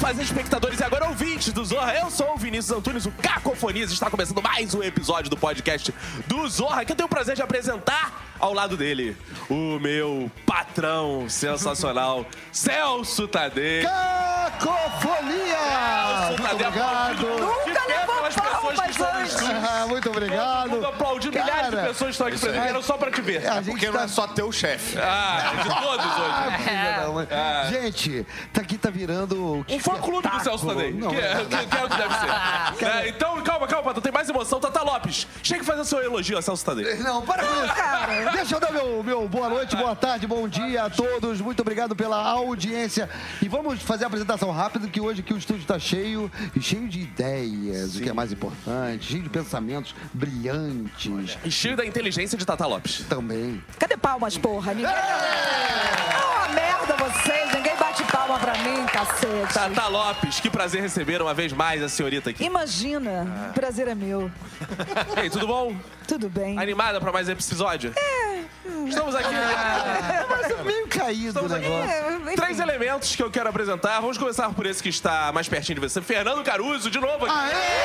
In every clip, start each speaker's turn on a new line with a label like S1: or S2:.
S1: Olá, espectadores e agora ouvintes do Zorra. Eu sou o Vinícius Antunes, o Cacofonias. Está começando mais um episódio do podcast do Zorra, que eu tenho o prazer de apresentar ao lado dele o meu patrão sensacional, Celso Tadei.
S2: Cacofonia!
S1: Celso Tadei,
S2: obrigado.
S1: Nunca levou pessoas que estão no estúdio.
S2: Muito obrigado.
S1: Todo mundo aplaudindo, milhares de pessoas que estão aqui presentes, eram só pra te ver.
S3: Porque não é só teu chefe.
S1: De todos hoje.
S2: Gente, aqui tá virando...
S1: Um fã-clube do Celso Tadei, que é o que deve ser. Então, calma, tu tem mais emoção. Tata Lopes, chega e faz o seu elogio a Celso Tadei.
S2: Não, para com isso, cara. Deixa eu dar meu boa noite, boa tarde, bom dia a todos. Muito obrigado pela audiência. E vamos fazer a apresentação rápida, que hoje aqui o estúdio tá cheio e cheio de ideias, o que é mais importante, cheio de pensamentos brilhantes.
S1: E cheio da inteligência de Tata Lopes.
S2: Também.
S4: Cadê palmas, porra? Ninguém... uma merda vocês, ninguém bate palma pra mim, cacete.
S1: Tata Lopes, que prazer receber uma vez mais a senhorita aqui.
S4: Imagina, o prazer é meu.
S1: Ei, tudo bom?
S4: Tudo bem.
S1: Animada pra mais um episódio? Estamos aqui.
S2: Parece meio caído o negócio.
S1: 3 elementos que eu quero apresentar. Vamos começar por esse que está mais pertinho de você. Fernando Caruso, de novo aqui.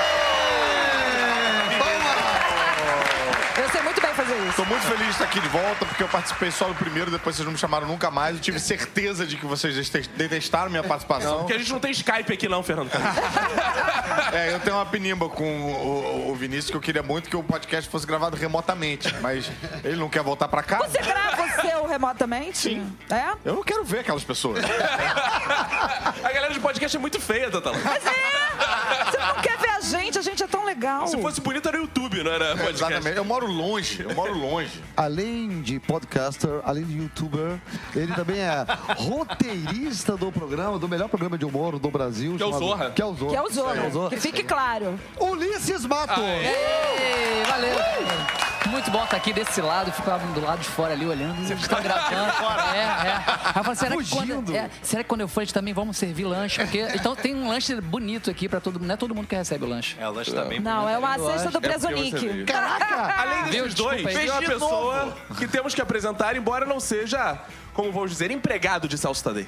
S4: Eu sei muito bem fazer isso.
S3: Tô muito feliz de estar aqui de volta, porque eu participei só do primeiro, depois vocês não me chamaram nunca mais. Eu tive certeza de que vocês detestaram minha participação.
S1: Porque a gente não tem Skype aqui não, Fernando Caruso.
S3: Eu tenho uma pinimba com o Vinícius, que eu queria muito que o podcast fosse gravado remotamente, mas ele não quer voltar pra cá.
S4: Você grava o seu remotamente?
S3: Sim.
S4: É?
S3: Eu não quero ver aquelas pessoas.
S1: A galera de podcast é muito feia, Tata Lopes.
S4: Mas você não quer ver a gente é tão legal.
S1: Se fosse bonito era YouTube, não era podcast.
S3: Exatamente. Eu moro longe.
S2: Além de podcaster, além de youtuber, ele também é roteirista do programa, do melhor programa de humor do Brasil.
S1: Que é o Zorra.
S2: Que é o Zorra.
S4: Que é o Zorra. Que fique claro.
S2: Ulisses Matos.
S5: Ei, valeu. Muito bom estar aqui desse lado, ficava do lado de fora ali olhando. Você está gravando. Aí eu falei, será que quando eu for, eles também vamos servir lanche? Porque então tem um lanche bonito aqui pra todo mundo. Não é todo mundo que recebe o lanche.
S1: O lanche tá bem bonito.
S4: Não, é uma cesta do Presonic.
S2: Caraca!
S1: Além desses dois, tem uma pessoa que temos que apresentar, embora não seja, como vamos dizer, empregado de Celso Tadei.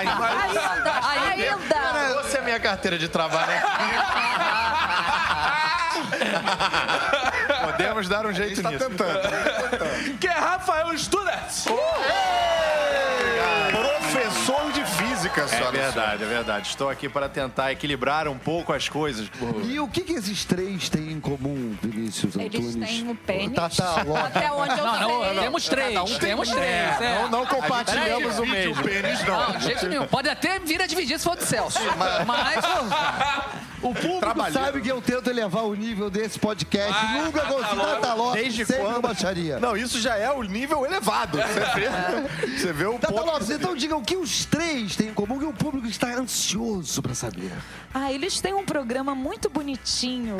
S4: Ainda.
S3: Você é minha carteira de trabalho, né? Podemos dar um jeito nisso. Tá tentando.
S1: Que é Rafael Studart.
S3: Professor de física, só.
S6: É verdade. Estou aqui para tentar equilibrar um pouco as coisas.
S2: E o que esses três têm em comum, Vinícius Antunes?
S4: Eles têm um pênis.
S2: Tata Lopes.
S4: Até onde eu sei.
S5: Temos três. Temos três.
S3: Não compartilhamos o mesmo.
S5: Não, de jeito nenhum. Pode até vir a dividir se for do Celso. Mas...
S2: O público sabe que eu tento elevar o nível desse podcast. Nunca consegui Tata Lopes.
S3: Desde
S2: sempre
S3: quando?
S2: baixaria.
S3: Não, isso já é o nível elevado. Você vê o
S2: Tata
S3: ponto.
S2: Lopes, então diga o que os três têm em comum que o público está ansioso pra saber.
S4: Eles têm um programa muito bonitinho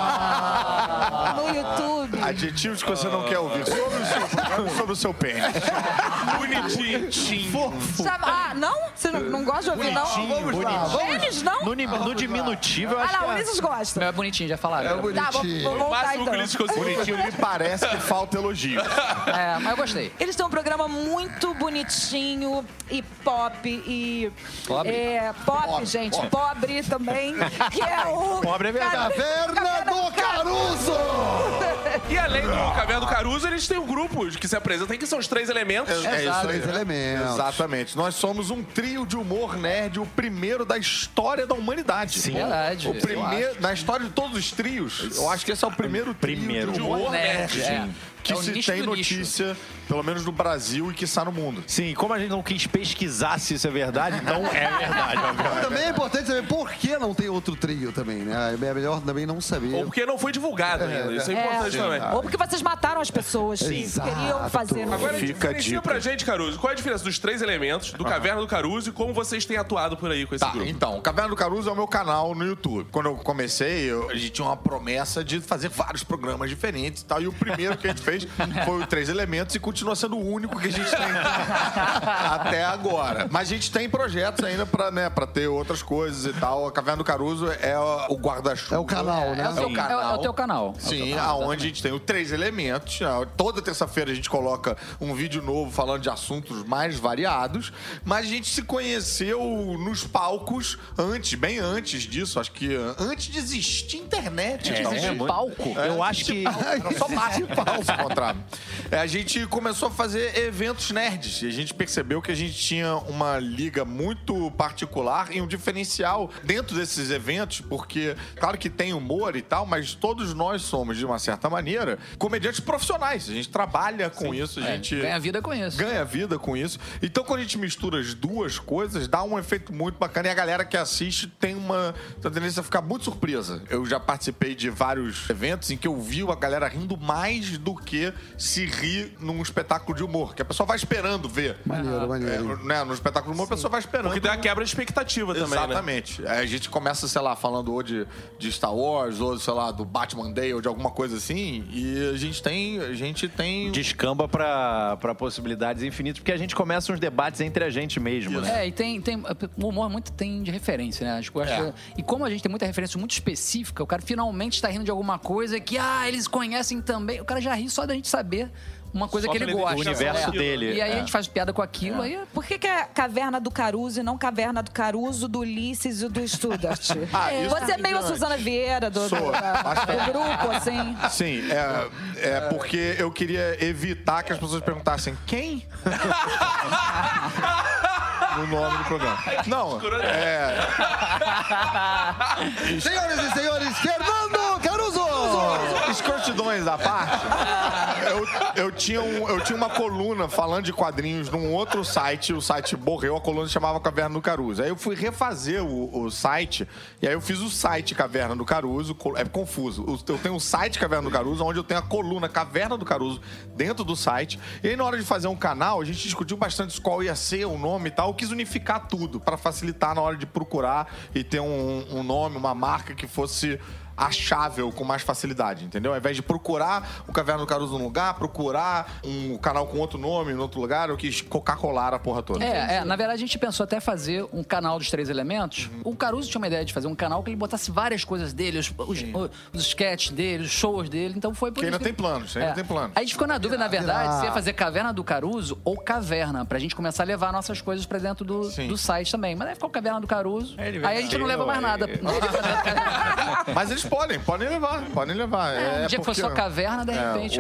S4: no YouTube.
S3: Adjetivos que você não quer ouvir sobre o seu pênis.
S1: Bonitinho.
S3: Fofo.
S4: Não? Você não gosta de ouvir, não?
S2: Vamos lá.
S4: Eles não?
S6: No diminutivo, eu acho
S4: não,
S6: que
S4: o Ulisses gosta.
S5: É bonitinho, já falaram.
S2: É bonitinho.
S4: Vou
S1: O
S4: voltar
S1: máximo que o
S4: então.
S1: Ulisses conseguiu.
S3: Bonitinho me parece que falta elogio.
S5: Mas eu gostei.
S4: Eles têm um programa muito bonitinho e pop e...
S5: Pobre?
S4: Pobre, gente. Pobre também. Que é o...
S6: Pobre é verdade.
S2: Caverna do Caruso!
S1: E além do Caverna do Caruso, eles têm um grupo que se apresentam, que são os 3 elementos.
S3: É isso aí.
S2: Três elementos.
S3: Exatamente. Nós somos um trio de humor nerd, o primeiro da história da humanidade.
S5: Sim, verdade.
S3: O primeiro, na história de todos os trios, eu acho que esse é o primeiro trio de humor nerd. Que
S5: É o
S3: se
S5: nicho
S3: tem
S5: do nicho.
S3: notícia, pelo menos no Brasil e que está no mundo.
S6: Sim, como a gente não quis pesquisar se isso é verdade, então é verdade.
S2: Também é importante saber por que não tem outro trio também, né? É melhor também não saber.
S1: Ou porque não foi divulgado ainda. Isso é importante também.
S4: Ou porque vocês mataram as pessoas.
S2: Exato.
S4: Queriam fazer.
S1: Agora,
S3: Fica a
S1: diferencia
S3: dica.
S1: pra gente, Caruso, qual é a diferença dos 3 elementos, do Caverna do Caruso e como vocês têm atuado por aí com esse grupo?
S3: Então, o Caverna do Caruso é o meu canal no YouTube. Quando eu comecei, a gente tinha uma promessa de fazer vários programas diferentes e tal. E o primeiro que a gente fez fez foi o Três Elementos e continua sendo o único que a gente tem até agora. Mas a gente tem projetos ainda pra ter outras coisas e tal. A Caverna do Caruso é o guarda-chuva.
S2: É o canal, né?
S5: É o teu canal.
S3: Sim, aonde a gente tem o Três Elementos. Toda terça-feira a gente coloca um vídeo novo falando de assuntos mais variados. Mas a gente se conheceu nos palcos bem antes disso. Acho que antes de existir internet.
S5: Palco?
S6: Eu acho que...
S3: Era só bate-palco se encontrava. A gente começou a fazer eventos nerds. E a gente percebeu que a gente tinha uma liga muito particular e um diferencial dentro desses eventos, porque, claro que tem humor e tal, mas todos nós somos, de uma certa maneira, comediantes profissionais. A gente trabalha com isso, a gente...
S5: Ganha vida com isso.
S3: Ganha vida com isso. Então, quando a gente mistura as duas coisas, dá um efeito muito bacana. E a galera que assiste tem uma tendência a ficar muito surpresa. Eu já participei de vários eventos em que eu vi a galera rindo mais do que se rir num espetáculo de humor, que a pessoa vai esperando ver.
S2: Maneiro.
S3: Né? No espetáculo de humor, a pessoa vai esperando.
S1: Porque tem a quebra de expectativa também, né?
S3: Exatamente. A gente começa, sei lá, falando ou de Star Wars, ou, sei lá, do Batman Day, ou de alguma coisa assim, e a gente tem...
S6: Descamba pra possibilidades infinitas, porque a gente começa uns debates entre a gente mesmo, né?
S5: E tem o humor muito tem de referência, né? Acho que e como a gente tem muita referência muito específica, o cara finalmente está rindo de alguma coisa que, eles conhecem também. O cara já ri só da gente saber uma coisa
S1: Só
S5: que ele
S1: pela
S5: gosta.
S6: O universo dele.
S5: E aí a gente faz piada com aquilo, aí...
S4: Por que é Caverna do Caruso e não Caverna do Caruso, do Ulisses e do Studart? Você é meio a Suzana Vieira do grupo, assim.
S3: Sim, é porque eu queria evitar que as pessoas perguntassem quem? No nome do programa. Não,
S2: Senhoras e senhores, Fernando Caruso!
S3: Escrotidões à parte, eu tinha uma coluna falando de quadrinhos num outro site, o site morreu, a coluna se chamava Caverna do Caruso. Aí eu fui refazer o site, e aí eu fiz o site Caverna do Caruso, é confuso. Eu tenho o site Caverna do Caruso, onde eu tenho a coluna Caverna do Caruso dentro do site, e aí na hora de fazer um canal, a gente discutiu bastante qual ia ser o nome e tal, eu quis unificar tudo, para facilitar na hora de procurar e ter um nome, uma marca que fosse achável com mais facilidade, entendeu? Ao invés de procurar o Caverna do Caruso num lugar, procurar um canal com outro nome em outro lugar, eu quis colar a porra toda.
S5: Na verdade, a gente pensou até fazer um canal dos Três Elementos. O Caruso tinha uma ideia de fazer um canal que ele botasse várias coisas dele, os sketches dele, os shows dele, então foi por
S3: que
S5: isso
S3: ainda tem planos, ainda tem planos.
S5: A gente ficou na dúvida, na verdade, se ia fazer Caverna do Caruso ou Caverna, pra gente começar a levar nossas coisas pra dentro do site também. Mas aí ficou Caverna do Caruso, aí a gente não leva mais nada.
S3: Mas eles podem levar.
S5: Um dia que for só Caverna, de repente...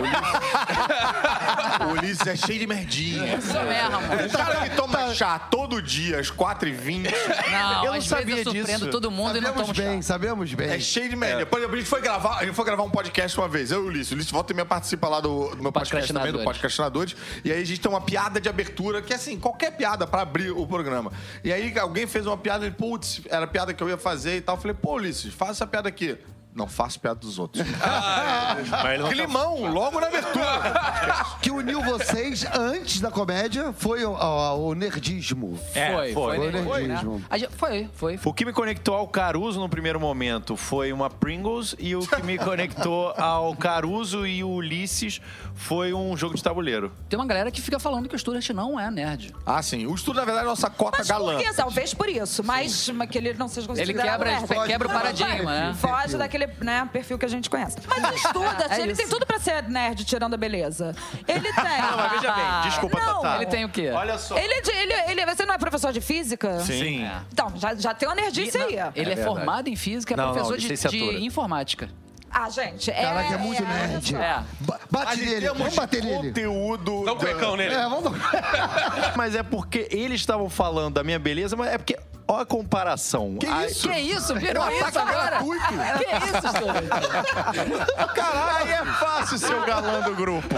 S3: O Ulisses é cheio de merdinha.
S5: Isso mesmo.
S3: O cara que toma chá todo dia, às 4h20.
S5: Não,
S6: Eu não
S5: às
S6: sabia
S5: vezes eu surpreendo
S6: disso.
S5: todo mundo e não tomo chá.
S2: Sabemos bem.
S3: É cheio de merda. Por exemplo, a gente foi gravar um podcast uma vez, eu e o Ulisses. O Ulisses volta e meia participa lá do meu podcast também, do Podcastinadores. E aí a gente tem uma piada de abertura, que é assim, qualquer piada pra abrir o programa. E aí alguém fez uma piada, putz, era a piada que eu ia fazer e tal. Eu falei, pô, Ulisses, faz essa piada aqui. Não faço piada dos outros. Climão, logo na abertura.
S2: Que uniu vocês antes da comédia foi o nerdismo.
S5: Foi
S2: o nerdismo.
S5: Foi.
S6: O que me conectou ao Caruso no primeiro momento foi uma Pringles, e o que me conectou ao Caruso e o Ulisses foi um jogo de tabuleiro.
S5: Tem uma galera que fica falando que o Studart não é nerd.
S3: Ah, sim. O estudo, na verdade, é a nossa cota
S4: Mas
S3: galã.
S4: por que? Talvez por isso. Mas que ele não seja considerado
S5: Ele
S4: nerd.
S5: quebra o paradigma, né?
S4: Foge daquele perfil que a gente conhece. Mas o Studart, ele tem tudo pra ser nerd, tirando a beleza. Ele tem.
S6: Não, mas veja bem, desculpa,
S4: Não.
S6: Tatá.
S5: Ele tem o quê?
S6: Olha só.
S4: Você não é professor de física?
S6: Sim.
S4: Então, já tem uma nerdice aí.
S5: Ele é formado em física, é professor de
S6: licenciatura.
S5: informática.
S4: Ah, gente,
S2: Caraca, é muito nerd. Bate nele, vamos bater nele.
S3: Conteúdo.
S1: Dá um cuecão nele.
S2: Vamos.
S6: Mas é porque eles estavam falando da minha beleza, mas é porque... Olha a comparação.
S5: Que isso? Virou isso agora? Que isso, Studart?
S6: Caralho, aí é fácil ser o galã do grupo.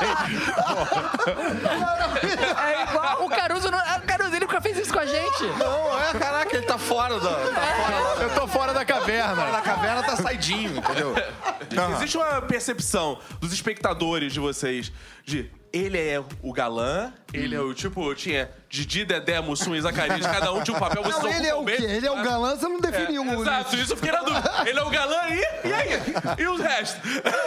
S5: É igual o Caruso, ele nunca fez isso com a gente.
S3: Não, caraca, ele tá fora da... Eu tô fora da caverna. Fora da caverna tá saidinho, entendeu?
S1: Existe uma percepção dos espectadores de vocês de ele é o galã, ele é o tipo, tinha Didi, Dedé, Mussum e Zacarias, cada um tinha um papel, vocês
S2: Não, ele é o quê? Ele é o galã, você não definiu o
S1: Exato, isso eu fiquei na dúvida. Ele é o galã e aí? E os restos?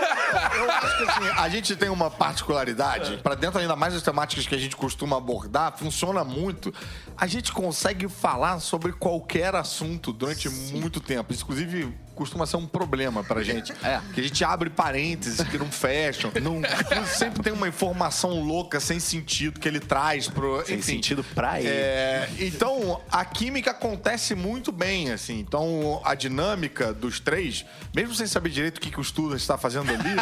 S3: Eu acho que assim, a gente tem uma particularidade, pra dentro ainda mais das temáticas que a gente costuma abordar, funciona muito. A gente consegue falar sobre qualquer assunto durante muito tempo. Isso, inclusive, costuma ser um problema pra gente. Que a gente abre parênteses que não fecham. Sempre tem uma informação louca, sem sentido, que ele traz pro...
S6: Sem sentido pra ele.
S3: Então, a química acontece muito bem, assim. Então, a dinâmica dos três, mesmo sem saber direito o que o Studas está fazendo ali,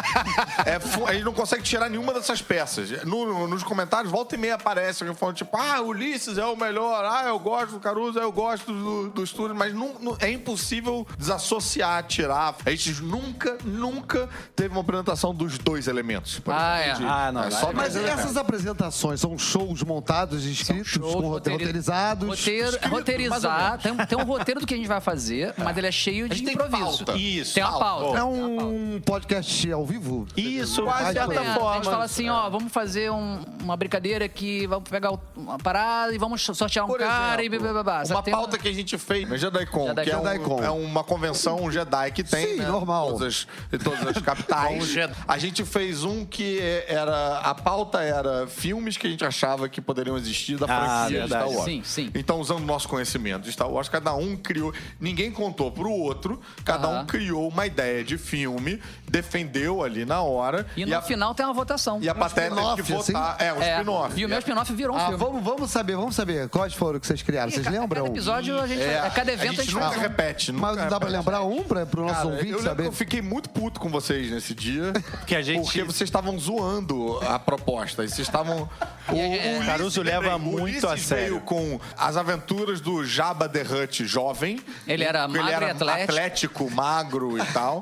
S3: a gente não consegue tirar nenhuma dessas peças. Nos comentários, volta e meia aparece alguém falando, tipo, Ulisses é o melhor, eu gosto do Caruso, eu gosto do Studas, mas é impossível desassociar, tirar. A gente nunca teve uma apresentação dos dois elementos.
S6: Não.
S3: Só
S2: Mas essas apresentações são shows montados, escritos, roteirizados?
S5: Roteirizar. Tem um roteiro do que a gente vai fazer, mas ele é cheio de improviso.
S6: Isso.
S5: Tem uma pauta.
S2: É um podcast ao vivo?
S6: Isso,
S2: Quase
S6: de certa forma.
S5: A gente fala assim, vamos fazer uma brincadeira aqui, vamos pegar uma parada e vamos sortear um cara e blá.
S3: Uma pauta que a gente fez na JediCon, que é uma convenção Jedi que tem,
S2: Sim,
S3: né?
S2: normal.
S3: Em todas as capitais. A gente fez um que a pauta era filmes que a gente achava que poderiam existir da franquia de Star Wars.
S5: Sim.
S3: Então, usando o nosso conhecimento de Star Wars, cada um criou... Ninguém contou pro outro, cada um criou uma ideia de filme, defendeu ali na hora.
S5: E no final tem uma votação.
S3: E a plateia tem que votar. Um spin-off.
S5: E o meu spin-off virou um filme.
S2: Vamos saber. Quais foram que vocês criaram? Vocês lembram?
S5: Cada episódio, cada evento a gente
S3: nunca
S5: faz.
S3: repete.
S2: Mas não dá pra lembrar um pro nosso ouvinte saber?
S3: Eu fiquei muito puto com vocês nesse dia.
S6: Que
S3: porque vocês estavam zoando a proposta. E vocês estavam... O
S6: Caruso leva muito a sério.
S3: Veio com as aventuras do Jabba the Hutt jovem.
S5: Ele era magro e
S3: atlético, magro e tal.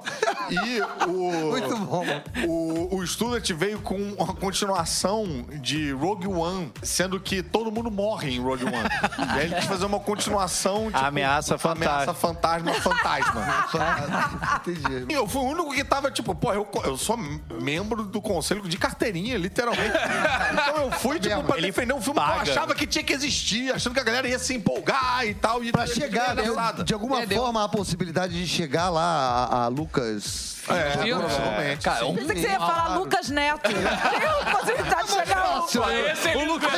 S3: E
S2: Muito bom.
S3: O Student veio com uma continuação de Rogue One, sendo que todo mundo morre em Rogue One. E aí a gente fazer uma continuação, tipo,
S6: Ameaça
S3: fantasma.
S2: Entendi.
S3: Eu fui o único que tava, tipo, eu sou membro do conselho de carteirinha, literalmente. Então eu fui, pra defender um filme que eu achava que tinha que existir, achando que a galera ia se empolgar e tal. E
S2: pra chegar, de alguma forma, a possibilidade de chegar lá a Lucas...
S3: provavelmente.
S4: Eu pensei que você ia falar Lucas Neto. Tem a possibilidade de chegar lá.
S1: Esse é o Lucas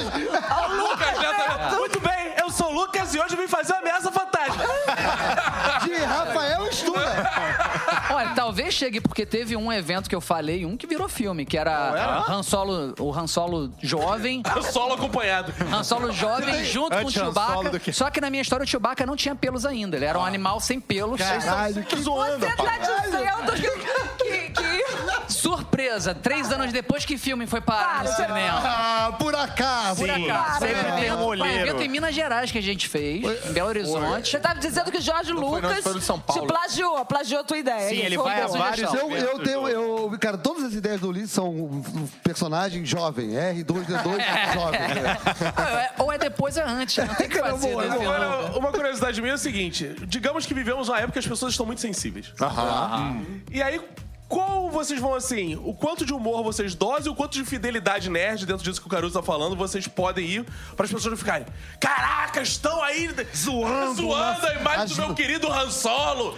S1: Neto. Muito bem, eu sou o Lucas e hoje eu vim fazer uma ameaça fantasma.
S2: De Rafael Studa.
S5: Olha, talvez chegue, porque teve um evento que eu falei, que virou filme, que era o Han Solo jovem.
S1: Han Solo acompanhado.
S5: Han Solo jovem junto com o Chewbacca. Só que na minha história o Chewbacca não tinha pelos ainda. Ele era um animal sem pelos.
S2: Caralho, que zoando.
S4: Você tá dizendo que...
S5: Surpresa, 3 anos depois que filme foi parar no cinema.
S2: Por acaso.
S5: Sempre tem um evento em Minas Gerais que a gente fez, em Belo Horizonte.
S4: Você tá dizendo que o Jorge Lucas te plagiou a tua ideia.
S6: Sim, ele vai a vários
S2: Cara, todas as ideias do Ulisses são um personagem jovem. R2D2 jovem.
S5: Ou é depois ou é antes. Não tem que fazer.
S1: Agora, uma curiosidade minha é o seguinte. Digamos que vivemos uma época que as pessoas estão muito sensíveis. E aí... Qual vocês vão, assim, o quanto de humor vocês dosam e o quanto de fidelidade nerd dentro disso que o Caruso tá falando, vocês podem ir para as pessoas não ficarem, caraca, estão aí zoando a imagem do meu querido Han Solo.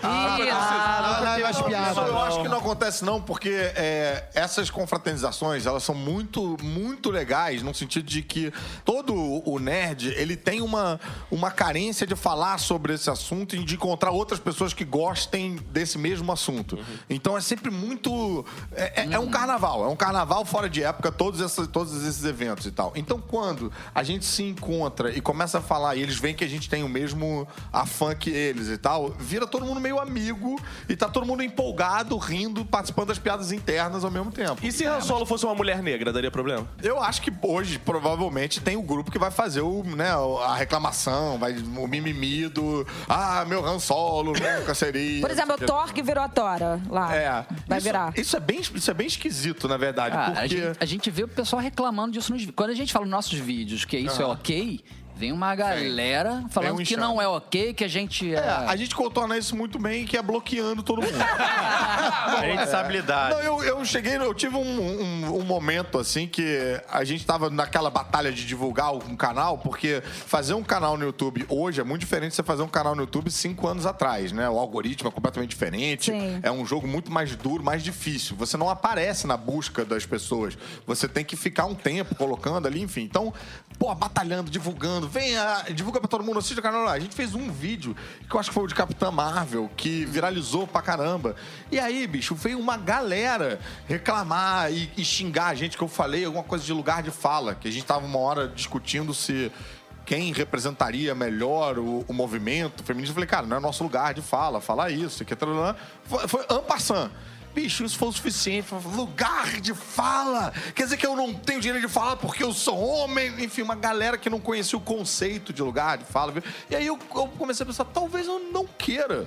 S3: Eu acho que não acontece não, porque essas confraternizações, elas são muito, muito legais, no sentido de que todo o nerd, ele tem uma carência de falar sobre esse assunto e de encontrar outras pessoas que gostem desse mesmo assunto. Então é sempre muito... É um carnaval fora de época, todos esses eventos e tal. Então, quando a gente se encontra e começa a falar, e eles veem que a gente tem o mesmo afã que eles e tal, vira todo mundo meio amigo e tá todo mundo empolgado, rindo, participando das piadas internas ao mesmo tempo.
S1: E se Han Solo fosse uma mulher negra, daria problema?
S3: Eu acho que hoje, provavelmente, tem o grupo que vai fazer a reclamação, o mimimi do meu Han Solo nunca seria...
S4: Por exemplo, o Thor que virou a Tora lá. Vai virar.
S3: Isso é bem esquisito, na verdade. Porque...
S5: A gente vê o pessoal reclamando disso nos vídeos. Quando a gente fala nos nossos vídeos que isso é ok, Vem uma galera falando que não é ok, que a gente
S3: a gente contorna isso muito bem, que é bloqueando todo mundo.
S6: A gente sabe lidar.
S3: Não, eu tive um momento, assim, que a gente tava naquela batalha de divulgar um canal, porque fazer um canal no YouTube hoje é muito diferente de você fazer um canal no YouTube 5 anos atrás, né? O algoritmo é completamente diferente.
S4: Sim.
S3: É um jogo muito mais duro, mais difícil. Você não aparece na busca das pessoas. Você tem que ficar um tempo colocando ali, enfim. Então, batalhando, divulgando. Venha, divulga pra todo mundo, assiste o canal lá. A gente fez um vídeo, que eu acho que foi o de Capitã Marvel, que viralizou pra caramba. E aí, bicho, veio uma galera reclamar e xingar a gente, que eu falei alguma coisa de lugar de fala, que a gente tava uma hora discutindo se quem representaria melhor o movimento feminista. Eu falei, cara, não é nosso lugar de fala, falar isso. Foi en passant. Bicho, isso foi o suficiente. Lugar de fala. Quer dizer que eu não tenho direito de falar porque eu sou homem. Enfim, uma galera que não conhecia o conceito de lugar de fala. E aí eu comecei a pensar, talvez eu não queira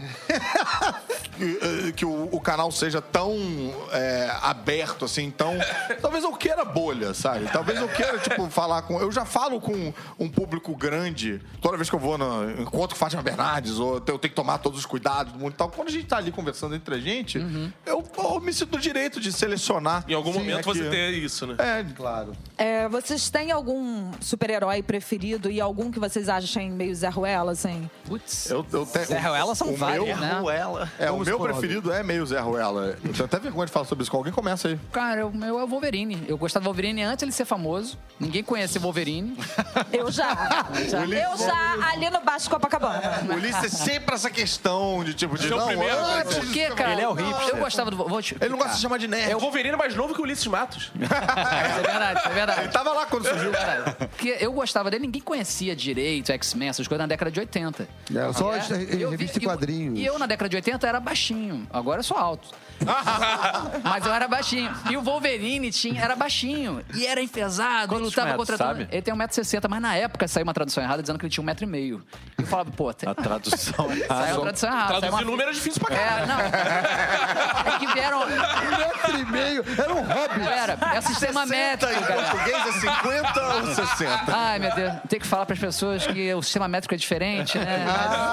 S3: que o canal seja tão aberto assim. Então, talvez eu queira bolha, sabe? Talvez eu queira, falar com... Eu já falo com um público grande toda vez que eu vou no encontro com Fátima Bernardes, ou eu tenho que tomar todos os cuidados do mundo e tal. Quando a gente tá ali conversando entre a gente, eu me sinto no direito de selecionar.
S1: Em algum momento você tem isso, né?
S3: Claro.
S4: Vocês têm algum super-herói preferido e algum que vocês achem meio Zé Ruela, assim?
S5: Putz,
S3: Eu tenho,
S5: Zé Ruela são vários, né?
S6: Ruela.
S3: o meu preferido é meio Zé Ruela. Eu tenho até vergonha de falar sobre isso com alguém. Começa aí.
S5: Cara, o meu é o Wolverine. Eu gostava do Wolverine antes de ele ser famoso. Ninguém conhecia o Wolverine.
S4: Eu já. Ali no Baixo Copacabana.
S3: O Ulisses é sempre essa questão de
S1: Não, primeiro,
S3: antes
S5: Por quê, cara?
S6: Ele é o hipster.
S5: Eu gostava do...
S3: Ele não gosta de se chamar de nerd.
S1: É o Wolverine mais novo que o Ulisses Matos.
S5: É verdade.
S3: Ele tava lá quando surgiu.
S5: Porque eu gostava dele, ninguém conhecia direito X-Men, essas coisas na década de 80.
S2: Só revista e quadrinhos.
S5: E eu, na década de 80, era baixinho. Agora eu sou alto. Mas eu era baixinho. E o Wolverine era baixinho. E era enfesado. Ele lutava
S6: metros,
S5: contra...
S6: sabe?
S5: Ele tem 1,60 m, mas na época saiu uma tradução errada dizendo que ele tinha 1,5 m. Eu falava,
S6: A tradução
S5: saiu a tradução errada.
S1: Traduzir número é difícil pra caralho.
S5: Não. É que vieram...
S2: 1,5 m, era um hobby.
S5: É sistema métrico,
S3: Em
S5: cara.
S3: português é 50 ou 60?
S5: Ai, meu Deus. Tem que falar pras pessoas que o sistema métrico é diferente, né?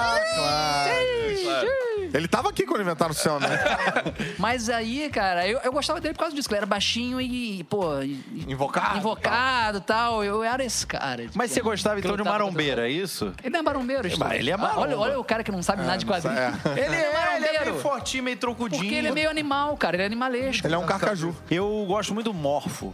S3: Ele tava aqui quando inventaram o céu, né?
S5: Mas aí, cara, eu gostava dele por causa disso. Ele era baixinho e, invocado e tal. Eu era esse cara.
S6: Mas você gostava então de marombeiro, é isso?
S5: Ele é marombeiro,
S6: Mas ele é maromba.
S5: Olha o cara que não sabe nada de quadrinhos.
S6: Ele é
S5: marombeiro.
S6: meio fortinho, meio troncudinho.
S5: Porque ele é meio animal, cara. Ele é animalesco.
S3: Ele é um carcaju.
S6: Eu gosto muito do Morfo.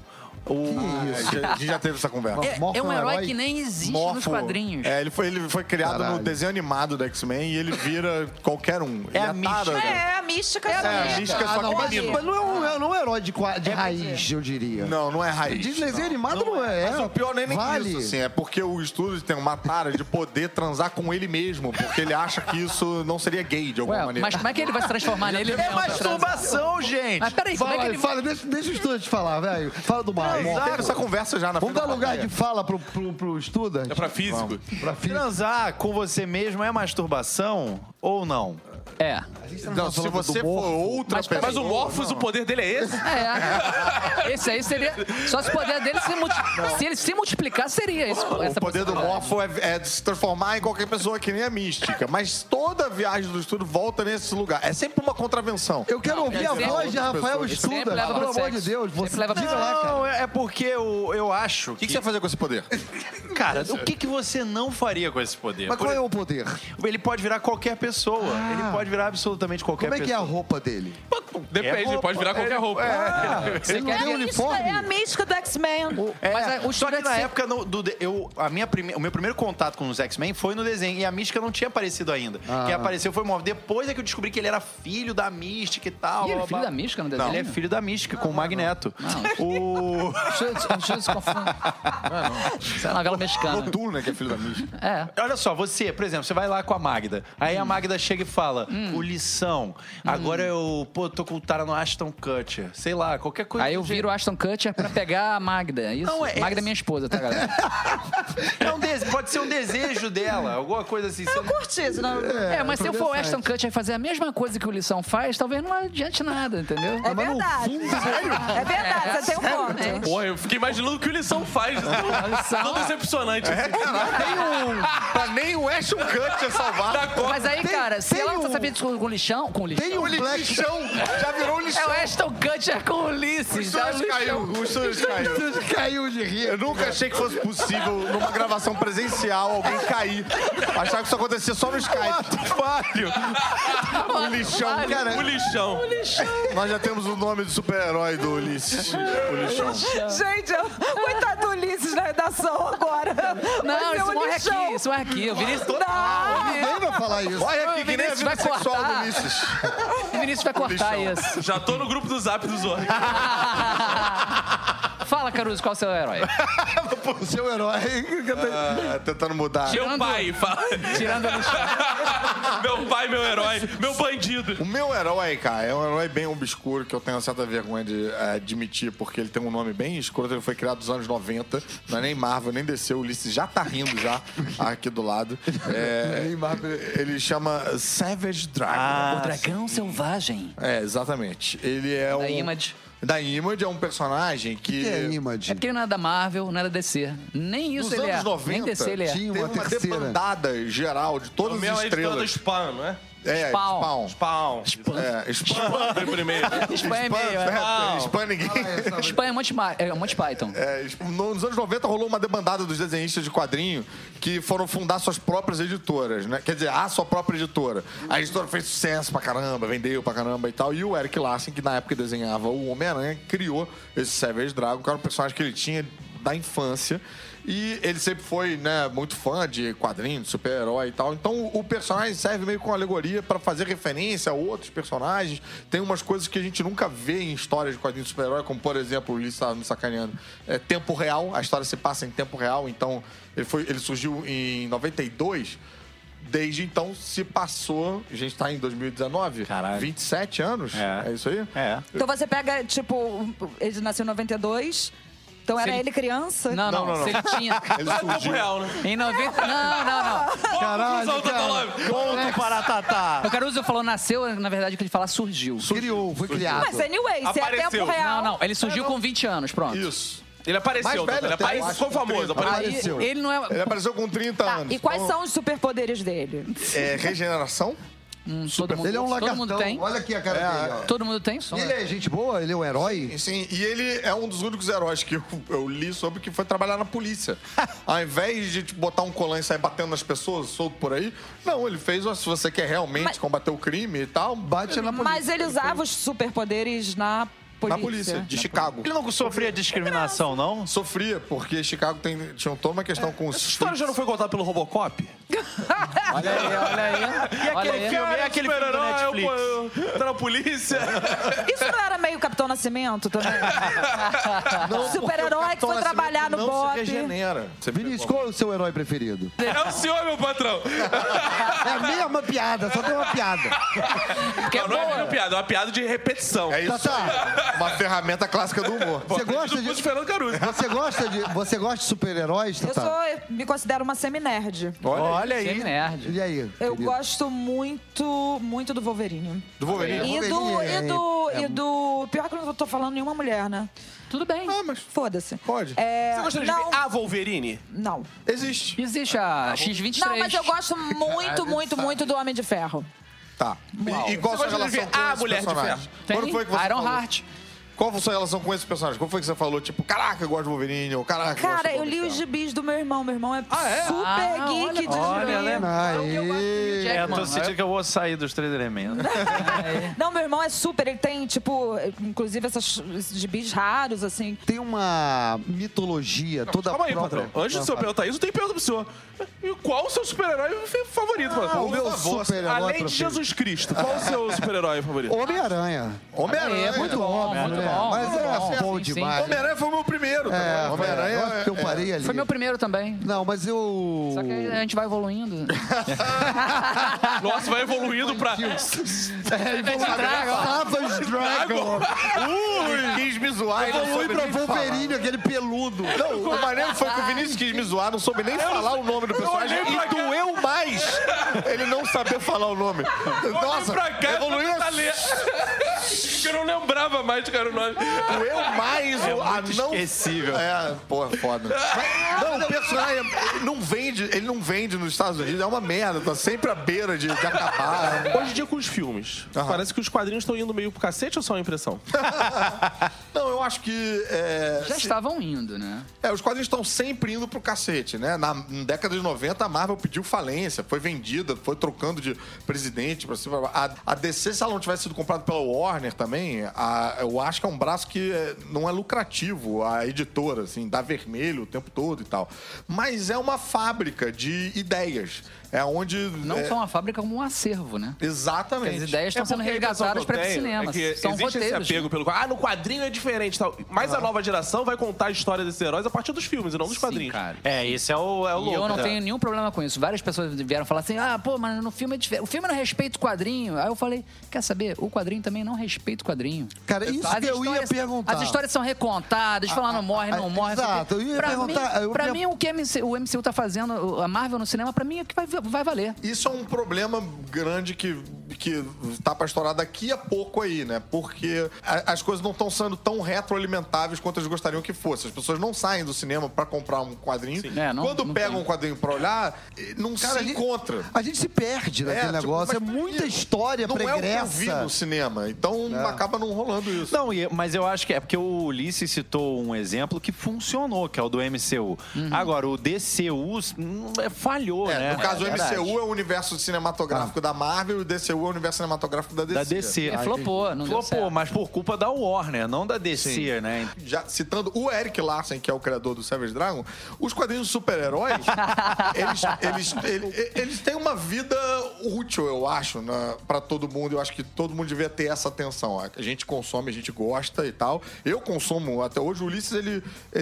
S3: A gente já teve essa conversa.
S5: É um herói que nem existe nos quadrinhos.
S3: Ele foi criado no desenho animado do X-Men e ele vira qualquer um.
S6: É a mística.
S4: A mística.
S3: A mística só que menino.
S2: Mas não é um herói de raiz, eu diria.
S3: Não é raiz.
S2: De desenho animado não é.
S3: Mas o pior nem
S2: vale.
S3: isso, assim. É porque o estúdio tem uma tara de poder transar com ele mesmo, porque ele acha que isso não seria gay de alguma maneira.
S5: Mas como é que ele vai se transformar nele?
S6: É masturbação, gente.
S5: Mas peraí, como é que ele...
S2: Fala, deixa o estúdio te falar, velho. Fala do mal.
S3: Teve essa conversa já na
S2: Vamos dar lugar de fala pro estudante?
S1: É pra físico.
S2: Pra físico.
S6: Transar com você mesmo é masturbação ou não?
S5: É.
S3: Não, se você for outra pessoa...
S1: Mas o Morphos, o poder dele é esse?
S5: Esse aí seria... Só se o poder dele se ele se multiplicar, seria isso.
S3: O poder do Morpho é de se transformar em qualquer pessoa que nem a mística. Mas toda viagem do estudo volta nesse lugar. É sempre uma contravenção.
S2: Eu quero ouvir a voz de Rafael Estuda, pelo amor de Deus. Você
S5: leva pra
S2: diga lá, cara.
S6: Não, é porque eu acho
S3: O que você vai fazer com esse poder?
S6: Cara, o que você não faria com esse poder?
S2: Mas qual é o poder?
S6: Ele pode virar qualquer pessoa. Ele pode virar absolutamente qualquer
S2: Como é que é a
S6: pessoa.
S2: roupa dele?
S1: Depende, ele pode virar qualquer roupa.
S2: Ele não tem uniforme?
S4: É a mística do X-Men.
S5: Mas o
S6: Só que na
S5: ser-
S6: época, o meu primeiro contato com os X-Men foi no desenho. E a Mística não tinha aparecido ainda. Quem apareceu foi o Morpho. Depois é que eu descobri que ele era filho da Mística e tal.
S5: Ih, ele é filho da Mística no desenho?
S6: Ele é filho da Mística, com o Magneto. O...
S5: Deixa eu se confundir. Isso é uma novela mexicana.
S3: Noturno, né, que é filho da mística.
S5: É.
S6: Olha só, você, por exemplo, você vai lá com a Magda. Aí a Magda chega e fala, o lição, agora eu, tô com o Tara no Ashton Kutcher. Sei lá, qualquer coisa.
S5: Aí eu viro o Ashton Kutcher pra pegar a Magda. Isso.
S6: Não,
S5: Magda é minha esposa, tá, galera?
S6: Pode ser um desejo beijo dela, alguma coisa assim.
S4: Eu curti isso, não.
S5: Mas se eu for o Ashton Kutcher e fazer a mesma coisa que o Lição faz, talvez não adiante nada, entendeu?
S4: É verdade. É verdade, você tem um ponto.
S1: Pô, eu fiquei imaginando o que o Lição faz. Tão decepcionante.
S3: Pra nem o Ashton Kutcher salvar.
S5: Mas aí, cara, se ela tá sabendo com o lixão...
S2: Tem um
S3: lixão. Já virou lixão.
S5: É o Ashton Kutcher com o Ulisses.
S3: O estúdio caiu.
S2: Caiu de rir.
S3: Eu nunca achei que fosse possível, numa gravação presencial, alguém cair. Achava que isso acontecia só no Skype. O lixão.
S1: Cara, o lixão.
S3: Nós já temos o nome do super-herói do Ulisses. O lixão.
S4: Gente, coitado do Ulisses na redação agora.
S5: Não, isso morre aqui. O Vinícius...
S2: Ninguém vai falar isso.
S3: Olha aqui, que nem a vida sexual do Ulisses.
S5: O Vinícius vai cortar isso.
S1: Já tô no grupo do Zap do Zorra.
S5: Fala, Caruso, qual é o seu herói?
S2: O seu herói.
S3: Tentando mudar.
S1: Meu pai, fala.
S5: Tirando o lixão.
S1: Meu pai, meu herói, meu bandido.
S3: O meu herói, cara, é um herói bem obscuro que eu tenho uma certa vergonha de admitir, porque ele tem um nome bem escuro. Ele foi criado nos anos 90. Não é nem Marvel, nem DC. O Ulisses já tá rindo já aqui do lado. Ele chama Savage Dragon.
S5: O dragão selvagem.
S3: Exatamente. Ele é da Image é um personagem que...
S2: O que é Image?
S5: É porque ele não é da Marvel, não é da DC. Nem isso
S3: Nos
S5: ele
S3: anos
S5: é.
S3: 90,
S5: nem DC ele é.
S2: Tinha
S3: Teve
S2: uma
S3: uma
S2: terceira.
S3: debandada geral de todas as
S1: É do
S3: estrelas.
S1: Spawn, não é?
S5: Spawn.
S1: Spawn.
S3: Spawn.
S1: Foi primeiro.
S5: Spam é meio.
S3: Spawn ninguém...
S5: Spam é Monty Python.
S3: Nos anos 90 rolou uma debandada dos desenhistas de quadrinho que foram fundar suas próprias editoras, né? Quer dizer, a sua própria editora. A editora fez sucesso pra caramba, vendeu pra caramba e tal. E o Eric Larsen, que na época desenhava o Homem-Aranha, criou esse Savage Dragon, que era um personagem que ele tinha da infância. E ele sempre foi, né, muito fã de quadrinhos, de super-herói e tal. Então o personagem serve meio com alegoria para fazer referência a outros personagens. Tem umas coisas que a gente nunca vê em histórias de quadrinhos de super-herói, como, por exemplo, o Ulisses estava me sacaneando. Tempo real, a história se passa em tempo real. Então ele surgiu em 92. Desde então se passou, a gente tá em 2019,
S6: Caralho.
S3: 27 anos. É isso aí?
S6: É.
S4: Então você pega, tipo, ele nasceu em 92... Então era ele criança?
S5: Não. Se ele tinha...
S3: Ele surgiu.
S1: Real, né?
S5: Em 90... Não.
S2: Caralho, cara.
S6: Ponto para Tatá.
S5: O Caruso falou nasceu, na verdade, o que ele fala surgiu.
S2: Criou, foi criado.
S4: Mas anyway, se é
S1: Apareceu.
S4: tempo real...
S5: Não. Ele surgiu com 20 anos, pronto.
S3: Isso.
S1: Ele apareceu,
S3: Mais velho
S1: ele
S3: até, eu acho,
S1: ficou famoso.
S3: com 30.
S1: Apareceu.
S5: Aí, ele não é...
S3: Ele apareceu com 30
S4: Tá,
S3: anos.
S4: e quais
S3: Então,
S4: são os superpoderes dele?
S3: regeneração?
S5: Todo mundo,
S2: Ele é um
S5: todo
S2: lagartão.
S5: mundo tem.
S2: Olha aqui a cara dele, ó.
S5: Todo mundo tem. Só.
S2: Ele é gente boa? Ele é um herói?
S3: Sim, e ele é um dos únicos heróis que eu li sobre que foi trabalhar na polícia. Ao invés de tipo, botar um colã e sair batendo nas pessoas, solto por aí, não, ele fez, se você quer realmente combater o crime e tal,
S2: Bate na polícia.
S4: Mas ele usava os superpoderes na polícia.
S3: de Chicago.
S6: Ele não sofria discriminação, não?
S3: Sofria, porque Chicago tinha toda uma questão com os...
S1: Essa história já não foi contada pelo Robocop?
S5: Olha aí.
S6: E aquele filme, filme do Netflix?
S1: Tá na polícia.
S4: Isso não era meio Capitão Nascimento também?
S3: Não,
S4: Super-herói que foi trabalhar no
S3: não
S4: BOPE.
S3: se regenera. Você
S2: Vinícius, qual é o seu herói preferido?
S1: É o senhor, meu patrão.
S2: É a mesma piada, só tem uma piada.
S1: Não é uma piada, é uma piada de repetição.
S3: É isso aí. Uma ferramenta clássica do humor.
S2: Você gosta de...
S1: Fernando Caruso.
S2: Você gosta de super-heróis, Tatá?
S4: Me considero uma semi-nerd.
S6: Olha aí.
S5: Semi-nerd.
S2: E aí?
S4: Eu
S2: querido?
S4: gosto muito do Wolverine.
S3: Do Wolverine.
S4: E do... Pior que eu não tô falando nenhuma mulher, né?
S5: Tudo bem.
S3: mas
S4: Foda-se.
S3: pode.
S1: Você gostaria de ver a Wolverine?
S4: Não.
S3: Existe.
S5: Existe a X-23.
S4: Não, mas eu gosto muito do Homem de Ferro.
S3: Tá. E qual a
S1: Você
S3: sua
S1: gosta de
S3: relação
S1: ver
S3: com
S1: a
S3: esse
S1: Mulher de
S3: personagem?
S5: Tem
S3: Quando foi que você
S5: Iron
S3: falou?
S5: Heart.
S3: Qual foi a sua relação com esse personagem? Como foi que você falou, tipo, caraca, eu gosto de Wolverine, ou caraca, eu gosto
S4: Cara,
S3: do
S4: eu li
S3: Homem
S4: os
S3: de Ferro?
S4: gibis do meu irmão. Meu irmão é super geek de
S6: olha,
S4: gibi.
S6: né?
S2: Aí.
S6: Tô sentindo que eu vou sair dos 3 elementos.
S4: Não, meu irmão é super. Ele tem, tipo, inclusive esses gibis raros, assim.
S2: Tem uma mitologia toda
S1: Calma aí,
S2: própria.
S1: patrão. Antes de você perguntar isso, eu tenho que perguntar pro senhor. E qual o seu super-herói favorito, patrão?
S2: O meu super-herói
S1: Além de
S2: preferido.
S1: Jesus Cristo, qual o seu super-herói favorito?
S2: Homem-Aranha.
S3: Homem-Aranha.
S5: É muito bom, muito
S2: né?
S5: bom.
S2: Mas
S5: muito
S2: é bom
S5: Sim, sim.
S2: demais.
S3: Homem-Aranha foi o meu primeiro.
S2: É,
S3: Homem-Aranha
S2: eu acho que eu parei ali.
S5: Foi meu primeiro também.
S2: Não, mas eu...
S5: Só que aí a gente vai evoluindo.
S1: Nossa, vai evoluindo pra...
S2: Savage Dragon.
S3: Quis me zoar. ele não
S2: Evolui
S3: soube
S2: pra
S3: nem falar.
S2: Wolverine, aquele peludo.
S3: Não, o maneiro foi que o Vinícius quis me zoar, não soube nem falar o nome do personagem.
S1: olhei pra
S3: E Ele não sabia falar o nome.
S1: Nossa, pra cá,
S3: evoluiu.
S1: Que eu não lembrava mais de cara o nome.
S3: O eu mais o anão.
S6: Esquecível.
S3: Pô, foda. Não, o personagem ele não vende nos Estados Unidos, é uma merda, tá sempre à beira de acabar.
S1: Hoje em dia com os filmes, parece que os quadrinhos estão indo meio pro cacete ou só uma impressão?
S3: Não, eu acho que...
S5: Já estavam indo, né?
S3: Os quadrinhos estão sempre indo pro cacete, né? Na década de 90, a Marvel pediu falência, foi vendida, foi trocando de presidente pra cima. A DC, se ela não tivesse sido comprada pela Warner também, eu acho que é um braço que não é lucrativo, a editora, assim, dá vermelho o tempo todo e tal. Mas é uma fábrica de ideias. É onde...
S5: Não só uma fábrica, como um acervo, né?
S3: Exatamente.
S5: As ideias estão sendo resgatadas para o cinema. São
S1: existe
S5: roteiros.
S1: esse apego pelo... no quadrinho é diferente tal. Mas a nova geração vai contar a história desses heróis a partir dos filmes e não dos quadrinhos.
S5: Cara.
S6: Esse é o louco.
S5: E eu não tenho nenhum problema com isso. Várias pessoas vieram falar assim, mas no filme é diferente. O filme não respeita o quadrinho. Aí eu falei, quer saber? O quadrinho também não respeita o quadrinho.
S2: Cara, isso que eu ia perguntar.
S5: As histórias são recontadas, falando morre, não morre.
S2: Exato, eu ia perguntar.
S5: Pra mim, o que o MCU tá fazendo, a Marvel no cinema, pra mim é que vai valer.
S3: Isso é um problema grande que tá pra estourar daqui a pouco aí, né? Porque as coisas não estão sendo tão retroalimentáveis quanto eles gostariam que fosse. As pessoas não saem do cinema pra comprar um quadrinho. Quando pegam um quadrinho pra olhar, não se encontra.
S2: A gente se perde naquele negócio. É muita história pregressa.
S3: Não é o que eu vi no cinema. Então acaba não rolando isso.
S6: Não, mas eu acho que é porque o Ulisses citou um exemplo que funcionou, que é o do MCU. Agora, o DCU falhou, né?
S3: No caso, o MCU é o universo cinematográfico da Marvel e o DCU é o universo cinematográfico da DC.
S6: Da DC.
S5: Flopou, não deu certo.
S6: Flopou, mas por culpa da Warner, não da DC, né?
S3: Já citando o Eric Larsen, que é o criador do Savage Dragon, os quadrinhos super-heróis, eles têm uma vida útil, eu acho, pra todo mundo. Eu acho que todo mundo devia ter essa atenção. A gente consome, a gente gosta e tal. Eu consumo até hoje. O Ulisses, ele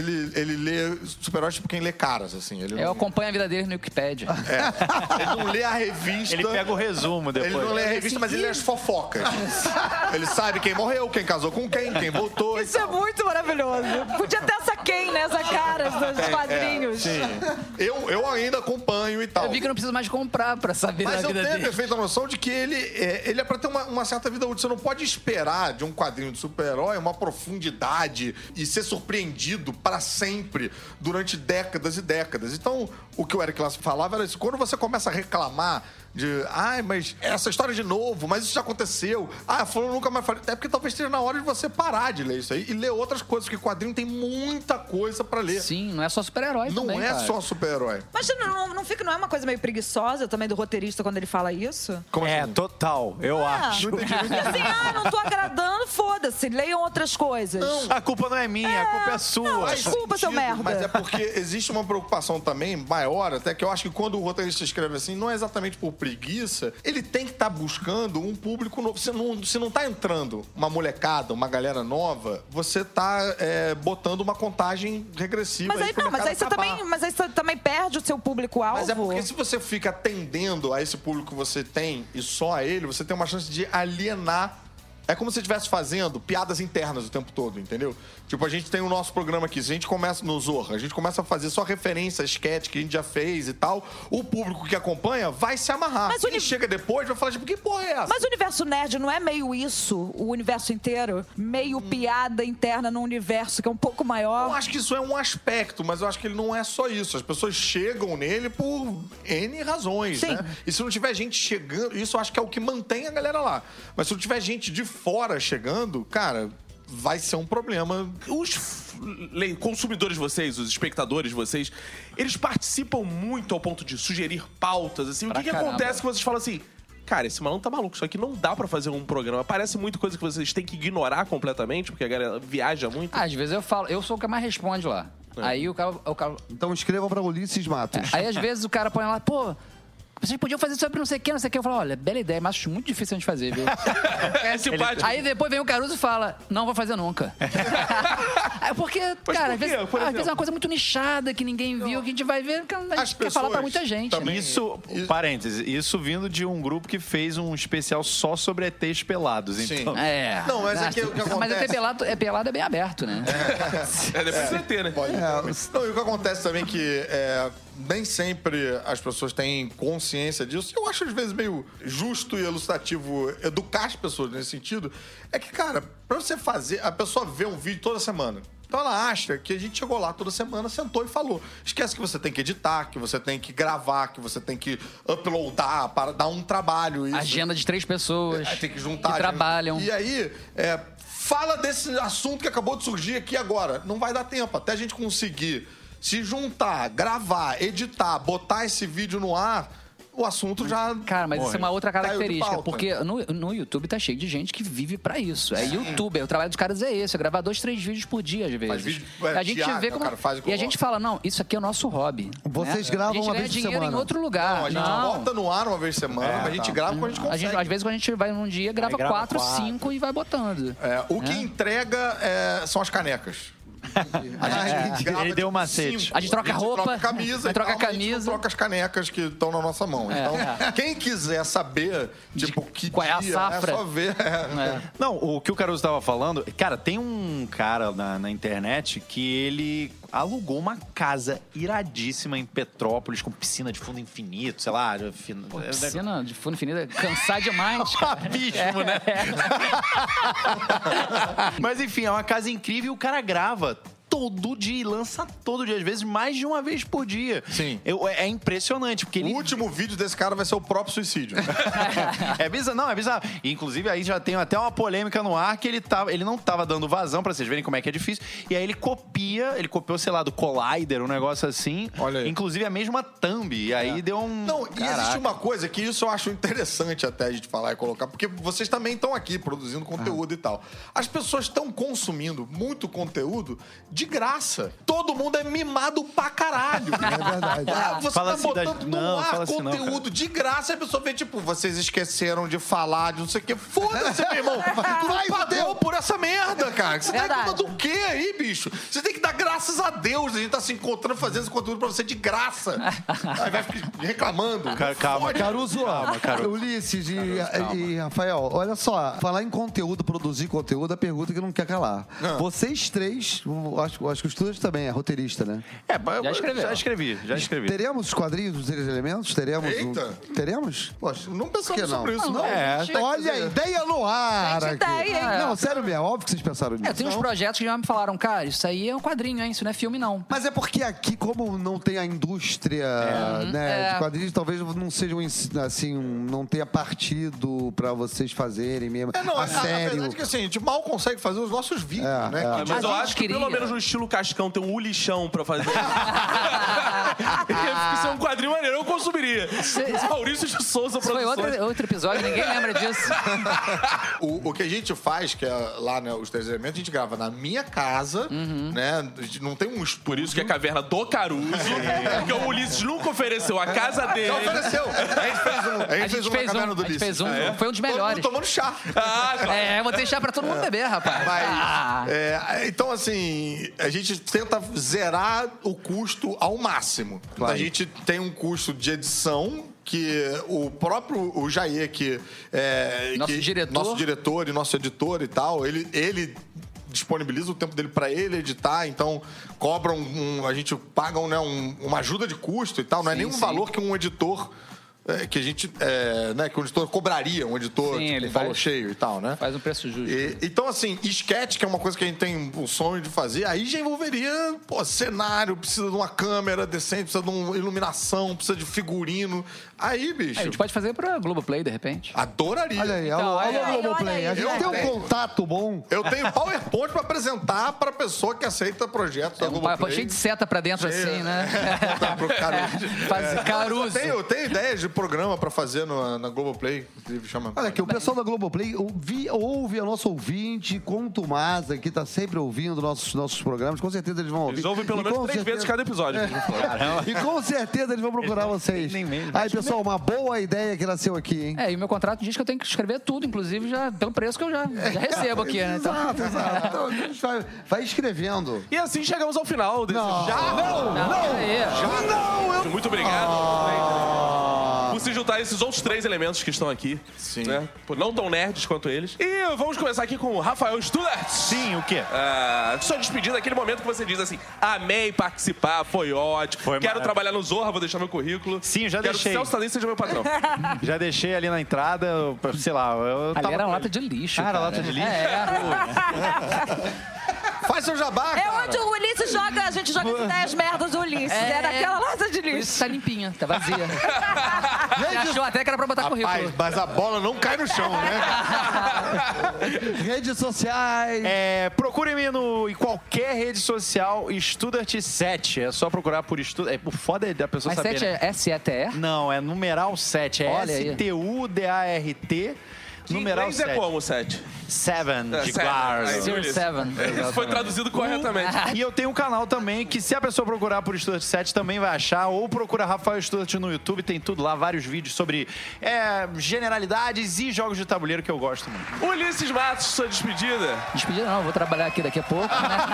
S3: lê super-heróis tipo quem lê caras, assim.
S5: Eu acompanho a vida dele no Wikipedia.
S3: Ele não lê a revista.
S6: Ele pega o resumo depois.
S3: Ele não lê a revista, mas ele lê as fofocas. Ele sabe quem morreu, quem casou com quem voltou.
S4: Isso é muito maravilhoso. Podia ter essa quem, né? Essa cara dos quadrinhos.
S3: Sim. Eu ainda acompanho e tal.
S5: Eu vi que eu não preciso mais comprar pra saber da vida dele.
S3: Mas eu tenho a perfeita noção de que ele é pra ter uma certa vida útil. Você não pode esperar de um quadrinho de super-herói uma profundidade e ser surpreendido para sempre durante décadas e décadas. Então, o que o Eric Larsen falava era isso. Quando você começa a reclamar mas essa história de novo, mas isso já aconteceu. Fulano nunca mais falou. É porque talvez esteja na hora de você parar de ler isso aí e ler outras coisas, porque quadrinho tem muita coisa pra ler.
S5: Sim, não é só super-herói também,
S3: Não é só super-herói.
S4: Mas não é uma coisa meio preguiçosa também do roteirista quando ele fala isso?
S3: Como assim?
S6: Total, eu acho.
S4: Porque assim, não tô agradando, foda-se, leiam outras coisas.
S3: Não.
S6: A culpa não é minha, a culpa é sua.
S4: Não, desculpa, seu merda.
S3: Mas é porque existe uma preocupação também maior, até que eu acho que quando o roteirista escreve assim, não é exatamente por preguiça, ele tem que estar buscando um público novo. Se não tá entrando uma molecada, uma galera nova, você tá botando uma contagem regressiva.
S4: Mas aí você também perde o seu público-alvo.
S3: Mas é porque se você fica atendendo a esse público que você tem e só a ele, você tem uma chance de alienar. É como se estivesse fazendo piadas internas o tempo todo, entendeu? Tipo, a gente tem o nosso programa aqui. Se a gente começa no Zorra, a gente começa a fazer só referência a sketch que a gente já fez e tal, o público que acompanha vai se amarrar.
S4: Mas
S3: quem chega depois vai falar, tipo, que porra é essa?
S4: Mas o universo nerd não é meio isso, o universo inteiro? Meio piada interna num universo que é um pouco maior?
S3: Eu acho que isso é um aspecto, mas eu acho que ele não é só isso. As pessoas chegam nele por N razões,
S4: Sim.
S3: né? E se não tiver gente chegando, isso eu acho que é o que mantém a galera lá. Mas se não tiver gente de fora chegando, cara, vai ser um problema.
S1: Os consumidores de vocês, os espectadores de vocês, eles participam muito ao ponto de sugerir pautas, assim. O que acontece que vocês falam assim, cara, esse maluco tá maluco, isso aqui não dá pra fazer um programa. Parece muita coisa que vocês têm que ignorar completamente, porque a galera viaja muito.
S5: Às vezes eu falo, eu sou o que mais responde lá. Aí o cara...
S2: Então escrevam pra Ulisses Matos.
S5: Aí às vezes o cara põe lá, vocês podiam fazer sobre não sei o que, não sei o que. Eu falo, olha, bela ideia, mas acho muito difícil a gente fazer, viu?
S1: É simpático.
S5: Aí depois vem o Caruso e fala, não vou fazer nunca. Porque, cara, às vezes é uma coisa muito nichada que ninguém viu, que a gente vai ver, que a gente quer falar pra muita gente.
S3: Também,
S6: parênteses, isso vindo de um grupo que fez um especial só sobre ETs pelados. Então...
S3: Não, mas é que o que acontece...
S5: Mas ET pelado é bem aberto, né?
S1: Depois do ET, né?
S3: Não, e o que acontece também é que nem sempre as pessoas têm consciência disso. Eu acho, às vezes, meio justo e elucidativo educar as pessoas nesse sentido. É que, cara, pra você fazer... A pessoa vê um vídeo toda semana. Então ela acha que a gente chegou lá toda semana, sentou e falou. Esquece que você tem que editar, que você tem que gravar, que você tem que uploadar para dar um trabalho. Isso.
S5: Agenda de 3 pessoas
S3: Tem que juntar.
S5: Que trabalham.
S3: E aí, fala desse assunto que acabou de surgir aqui agora. Não vai dar tempo. Até a gente conseguir se juntar, gravar, editar, botar esse vídeo no ar... O assunto já...
S5: Cara, mas isso é uma outra característica.
S3: pauta.
S5: Porque no YouTube tá cheio de gente que vive pra isso. É youtuber. O trabalho dos caras é esse. É gravar 2, 3 vídeos por dia, às vezes.
S3: Faz vídeo,
S5: a gente vê como...
S3: cara faz
S5: e a gente fala, não, isso aqui é o nosso hobby.
S2: Vocês gravam uma vez por semana.
S5: A gente ganha dinheiro em outro lugar.
S3: Não, a gente bota no ar uma vez por semana, mas a gente grava quando a gente consegue.
S5: Às vezes, quando a gente vai num dia, grava 4, 5 e vai botando.
S3: O que entrega são as canecas.
S6: Ele deu um macete.
S5: A gente troca roupa,
S3: troca camisa,
S5: troca
S3: a gente
S5: camisa.
S3: troca as canecas que estão na nossa mão. Então, quem quiser saber, tipo, que
S5: qual é a safra,
S3: é só ver.
S6: Não, o que o Caruso estava falando, cara, tem um cara na internet que ele alugou uma casa iradíssima em Petrópolis com piscina de fundo infinito, sei lá.
S5: Piscina de fundo infinito, cansar demais, cara.
S6: Abismo, né? Mas enfim, é uma casa incrível e o cara grava todo dia e lança todo dia, às vezes mais de uma vez por dia.
S3: Sim.
S6: É impressionante, porque
S3: O último vídeo desse cara vai ser o próprio suicídio.
S6: É bizarro, não, é bizarro. Inclusive, aí já tem até uma polêmica no ar que ele não tava dando vazão, pra vocês verem como é que é difícil. E aí ele copiou, sei lá, do Collider, um negócio assim.
S3: Olha aí.
S6: Inclusive a mesma thumb. E aí deu um...
S3: Não, e existe uma coisa que isso eu acho interessante até a gente falar e colocar, porque vocês também estão aqui produzindo conteúdo e tal. As pessoas estão consumindo muito conteúdo de graça. Todo mundo é mimado pra caralho.
S2: É verdade.
S3: Você
S6: Fala
S3: tá
S6: assim,
S3: botando no
S6: não,
S3: ar
S6: fala assim não,
S3: conteúdo de graça e a pessoa vê, tipo, vocês esqueceram de falar de não sei o quê. Foda-se, meu irmão. Tu não pagou por essa merda, cara. Você tá
S4: Verdade.
S3: reclamando do quê aí, bicho? Você tem que dar graças a Deus. A gente tá se encontrando fazendo esse conteúdo pra você de graça. Aí vai ficar reclamando.
S6: Calma,
S2: Caruso, Ulisses e Rafael, olha só, falar em conteúdo, produzir conteúdo, a pergunta que não quer calar. Vocês três, acho que o Stuart também é roteirista, né?
S6: Já escrevi.
S2: Teremos os quadrinhos dos 3 elementos? Teremos?
S3: Eita.
S2: Teremos?
S3: Poxa, não pensamos
S2: Por que não?
S3: sobre isso, não.
S2: Olha a ideia no ar
S4: Gente,
S2: aqui.
S4: ideia, hein?
S2: Não, sério mesmo, óbvio que vocês pensaram nisso.
S5: Tem uns projetos que já me falaram, cara, isso aí é um quadrinho, hein? Isso não é filme, não.
S2: Mas é porque aqui, como não tem a indústria né, de quadrinhos, talvez não seja assim, não tenha partido pra vocês fazerem mesmo. A sério.
S3: A verdade é que assim, a gente mal consegue fazer os nossos vídeos, né?
S1: Mas eu
S5: A gente
S1: acho que pelo
S5: queria.
S1: menos no estilo Cascão tem um ulichão pra fazer. Isso é um quadrinho maneiro, eu consumiria. Maurício de Souza
S5: Isso foi
S1: Produções.
S5: outro episódio, ninguém lembra disso.
S3: O que a gente faz, que é lá, né, os 3 elementos, a gente grava na minha casa, né? A gente não tem um estúdio.
S1: Por isso que é a caverna do Caruso. Porque o Ulisses nunca ofereceu a casa dele.
S3: Já ofereceu. A gente fez um na caverna do Ulisses.
S5: fez um, foi um dos
S3: Todo
S5: melhores.
S3: mundo tomando chá.
S1: Ah, claro.
S5: Vou deixar pra todo mundo beber, rapaz.
S3: Mas, então, assim, a gente tenta zerar o custo ao máximo.
S2: Claro.
S3: A gente tem um custo de edição que o próprio Jair, que é nosso diretor e nosso editor e tal, ele disponibiliza o tempo dele para ele editar, então cobram a gente paga uma ajuda de custo e tal, não é nenhum valor que um editor que a gente, né, que o editor cobraria, um editor
S5: ele
S3: valor cheio e tal, né?
S5: Faz um preço justo.
S3: Então, assim, esquete, que é uma coisa que a gente tem o sonho de fazer, aí já envolveria, cenário, precisa de uma câmera decente, precisa de uma iluminação, precisa de figurino. Aí, bicho...
S5: A gente pode fazer pra Globoplay, de repente.
S3: Adoraria.
S2: Olha aí,
S5: Então,
S2: alô, Globoplay. A gente
S3: eu
S2: tem um
S3: tenho.
S2: contato bom.
S3: Eu tenho PowerPoint pra apresentar pra pessoa que aceita projetos da
S5: Um
S3: Globoplay.
S5: papo cheio de seta pra dentro, assim, né?
S3: Tá pro Caruso.
S5: Faz Caruso.
S3: Eu tenho ideias de programa pra fazer na Globoplay. Inclusive, chama...
S2: Olha aqui, o pessoal da Globoplay ouve a nossa ouvinte, Contumasa, que tá sempre ouvindo nossos programas. Com certeza eles vão ouvir.
S1: Eles ouvem pelo
S2: E
S1: menos
S2: com
S1: 3 vezes cada episódio.
S2: E com certeza eles vão procurar vocês.
S6: Nem mesmo.
S2: Aí, pessoal, uma boa ideia que nasceu aqui, hein?
S5: E o meu contrato diz que eu tenho que escrever tudo, inclusive já pelo preço que eu já recebo aqui, né? Então,
S2: Exato. Então, a gente vai escrevendo.
S1: E assim chegamos ao final desse.
S2: Não.
S1: Já?
S5: aí.
S1: Muito obrigado por se juntar a esses outros 3 elementos que estão aqui.
S3: Sim.
S1: Né? Não tão nerds quanto eles. E vamos começar aqui com o Rafael Studart.
S6: Sim, o quê?
S1: Sua despedida, aquele momento que você diz assim: amei participar, foi ótimo. Quero trabalhar no Zorra, vou deixar meu currículo.
S6: Sim, já deixei.
S1: Quero que o Celso Tadei seja meu patrão.
S6: Já deixei ali na entrada, sei lá.
S5: Ali era uma lata de lixo.
S6: Era lata de lixo?
S3: Faz seu jabá,
S4: É
S3: cara.
S4: onde o Ulisses joga, a gente joga as ideias merdas do Ulisses. É naquela lata de
S5: Por isso
S4: lixo.
S5: tá limpinha, tá vazia. Você achou até que era pra botar currículo.
S3: Rapaz, mas a bola não cai no chão, né?
S2: Redes sociais.
S6: Procure-me em qualquer rede social, Studart7. É só procurar por Studart. O foda é da pessoa
S5: Mas
S6: saber.
S5: 7 é S-E-T-E?
S6: Não, é numeral 7. É
S5: Olha aí.
S6: STUDART. Numeral
S1: Inglês
S6: 7.
S1: é como, 7?
S6: Seven, de
S1: Seven.
S6: Glasgow.
S1: Aí,
S5: Zero
S1: Isso.
S5: Seven.
S1: Isso foi traduzido corretamente.
S6: E eu tenho um canal também que, se a pessoa procurar por Studart7, também vai achar. Ou procura Rafael Studart no YouTube, tem tudo lá, vários vídeos sobre generalidades e jogos de tabuleiro que eu gosto muito.
S1: Ulisses Matos, sua despedida.
S5: Despedida não, vou trabalhar aqui daqui a pouco,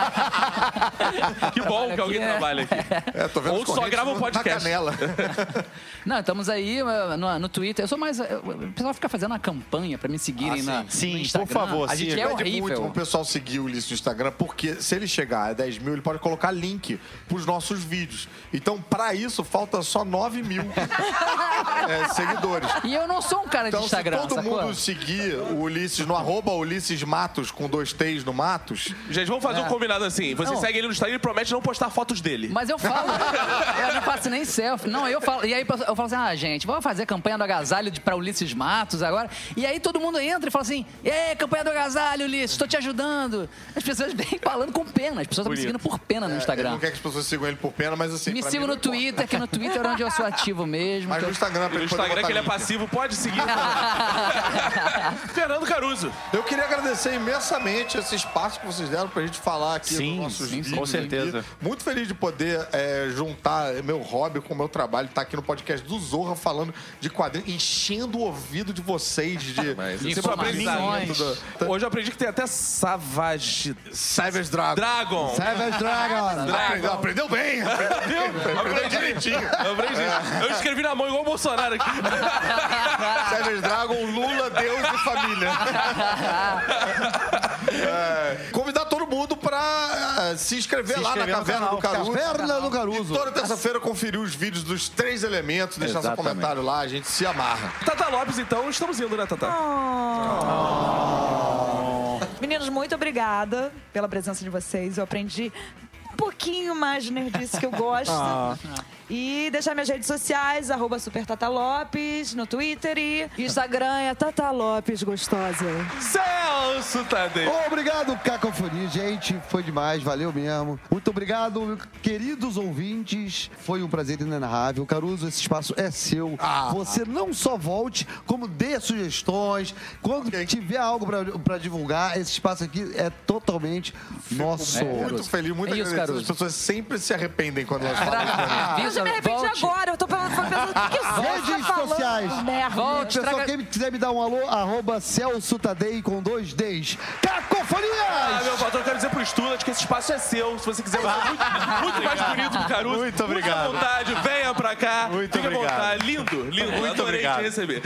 S5: né?
S1: Que bom que alguém trabalha aqui.
S3: Tô vendo
S1: Ou
S3: os
S1: só
S3: correntes
S1: grava um
S3: na
S1: podcast.
S3: canela.
S5: Não, estamos aí no Twitter. Eu sou mais... O pessoal fica fazendo uma campanha pra me seguirem no
S6: Sim,
S5: Instagram.
S6: por favor,
S3: A gente
S5: que é
S3: pede muito
S5: horrível.
S3: pro pessoal seguir o Ulisses no Instagram, porque se ele chegar a 10 mil, ele pode colocar link pros nossos vídeos. Então, pra isso, falta só 9 mil seguidores.
S5: E eu não sou um cara de
S3: Então,
S5: Instagram,
S3: se todo
S5: sacou?
S3: mundo seguir o Ulisses no @Ulisses Matos, com 2 T's no Matos,
S1: Gente, vamos fazer um combinado assim. Você
S5: Não.
S1: segue ele no Instagram e ele promete não postar fotos dele.
S5: Mas eu falo, eu não faço nem selfie. Não, eu falo. E aí eu falo assim, gente, vamos fazer campanha do agasalho pra Ulisses Matos agora. E aí todo mundo entra e fala assim, campanha do agasalho, Ulisses, tô te ajudando. As pessoas vêm falando com pena. As pessoas estão me seguindo por pena no
S3: ele
S5: Instagram.
S3: não quer que as pessoas sigam ele por pena, mas assim...
S5: Me
S3: pra
S5: sigam
S3: mim
S5: no
S3: não importa.
S5: Twitter, que no Twitter é onde eu sou ativo mesmo.
S3: Mas
S5: que
S3: no
S5: eu-
S3: Instagram, pra
S1: No
S3: ele poder
S1: Instagram,
S3: botar
S1: que ele é
S3: link.
S1: passivo, pode seguir. Fernando Caruso.
S3: Eu queria agradecer imensamente esse espaço que vocês deram pra gente falar aqui
S6: Sim,
S3: nos nossos
S6: sim,
S3: vídeos.
S6: com certeza.
S3: aqui. Muito feliz de poder juntar meu hobby com o meu trabalho, estar aqui no podcast do Zorra falando de quadrinhos, enchendo o ouvido de vocês de
S5: Informações.
S1: Hoje eu aprendi que tem até Savage
S3: Savage Dragon.
S1: Dragon.
S2: Savage Dragon.
S3: Aprendeu bem, aprendeu direitinho.
S1: Eu aprendi. Eu escrevi na mão igual o Bolsonaro aqui.
S3: Savage Dragon, Lula, Deus e família. Convidar todo mundo pra se inscrever lá na
S6: inscrever no
S3: Caverna
S6: canal.
S3: do Caruso.
S2: Caverna do Caruso.
S3: E toda terça-feira conferir os vídeos dos 3 elementos, deixar seu
S6: Exatamente.
S3: comentário lá, a gente se amarra.
S1: Tata Lopes, então, estamos indo, né, Tata?
S4: Meninos, muito obrigada pela presença de vocês. Eu aprendi um pouquinho mais de nerdice que eu gosto. E deixar minhas redes sociais, @SuperTataLopes, no Twitter e Instagram é Tata Lopes Gostosa.
S1: Celso Tadei.
S2: Obrigado, Cacofonia, gente. Foi demais, valeu mesmo. Muito obrigado, queridos ouvintes. Foi um prazer inenarrável. Caruso, esse espaço é seu. Você não só volte, como dê sugestões. Quando tiver algo pra divulgar, esse espaço aqui é totalmente nosso.
S3: Muito feliz, muito
S5: É isso,
S3: agradecido. As
S5: Caruso.
S3: pessoas sempre se arrependem quando elas falam isso pra mim.
S4: Eu já me arrependi
S5: Volte.
S4: agora. Eu tô pensando, o que você
S2: Redes
S4: tá falando?
S2: sociais.
S4: Merda.
S5: Volte,
S2: Pessoal,
S5: traga...
S2: quem quiser me dar um alô, @Celso Tadei com 2 Ds. Cacofonias!
S1: Meu patrão, eu quero dizer pro Stuart que esse espaço é seu. Se você quiser ser muito mais bonito que o Caruso,
S6: Muito obrigado.
S1: Fique à vontade, venha pra cá.
S6: Muito
S1: Fique
S6: obrigado.
S1: à vontade. Lindo, lindo.
S6: Muito
S1: Adorei
S6: obrigado.
S1: te receber.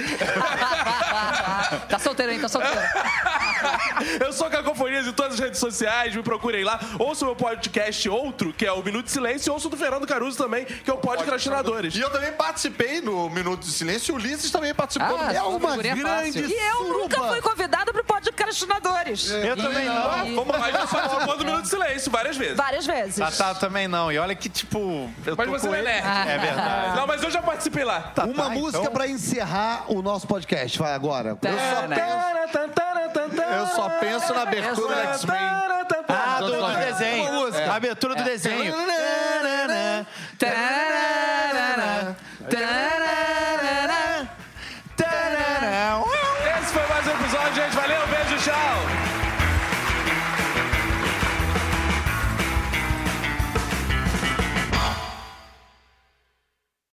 S5: Tá solteiro, hein? Tá solteiro.
S1: Eu sou Cacofonias em todas as redes sociais, me procurem lá. Ouça o meu podcast outro, que é o Minuto de Silêncio, e ouça o do Fernando Caruso também, que é o Podcastinadores.
S3: E eu também participei no Minuto de Silêncio, o Ulisses também participou.
S5: Ah,
S2: É uma
S5: figurinha
S2: grande
S5: fácil.
S4: E eu nunca fui convidada pro Podcastinadores.
S6: Eu também não.
S1: Vamos lá, já participou do Minuto de Silêncio várias vezes.
S4: Várias vezes.
S6: Tá, também não. E olha que, tipo... eu
S1: Mas
S6: tô
S1: você
S6: com
S1: não é
S6: ele.
S1: nerd.
S6: É verdade.
S1: Não, mas eu já participei lá.
S2: Uma música
S6: então.
S2: pra encerrar o nosso podcast. Vai agora.
S3: Eu só penso na abertura do X-Men.
S6: Ah,
S5: Todo
S6: do
S5: mundo.
S6: desenho.
S2: música.
S6: A abertura do desenho.
S5: Tararara, tararara, tararara.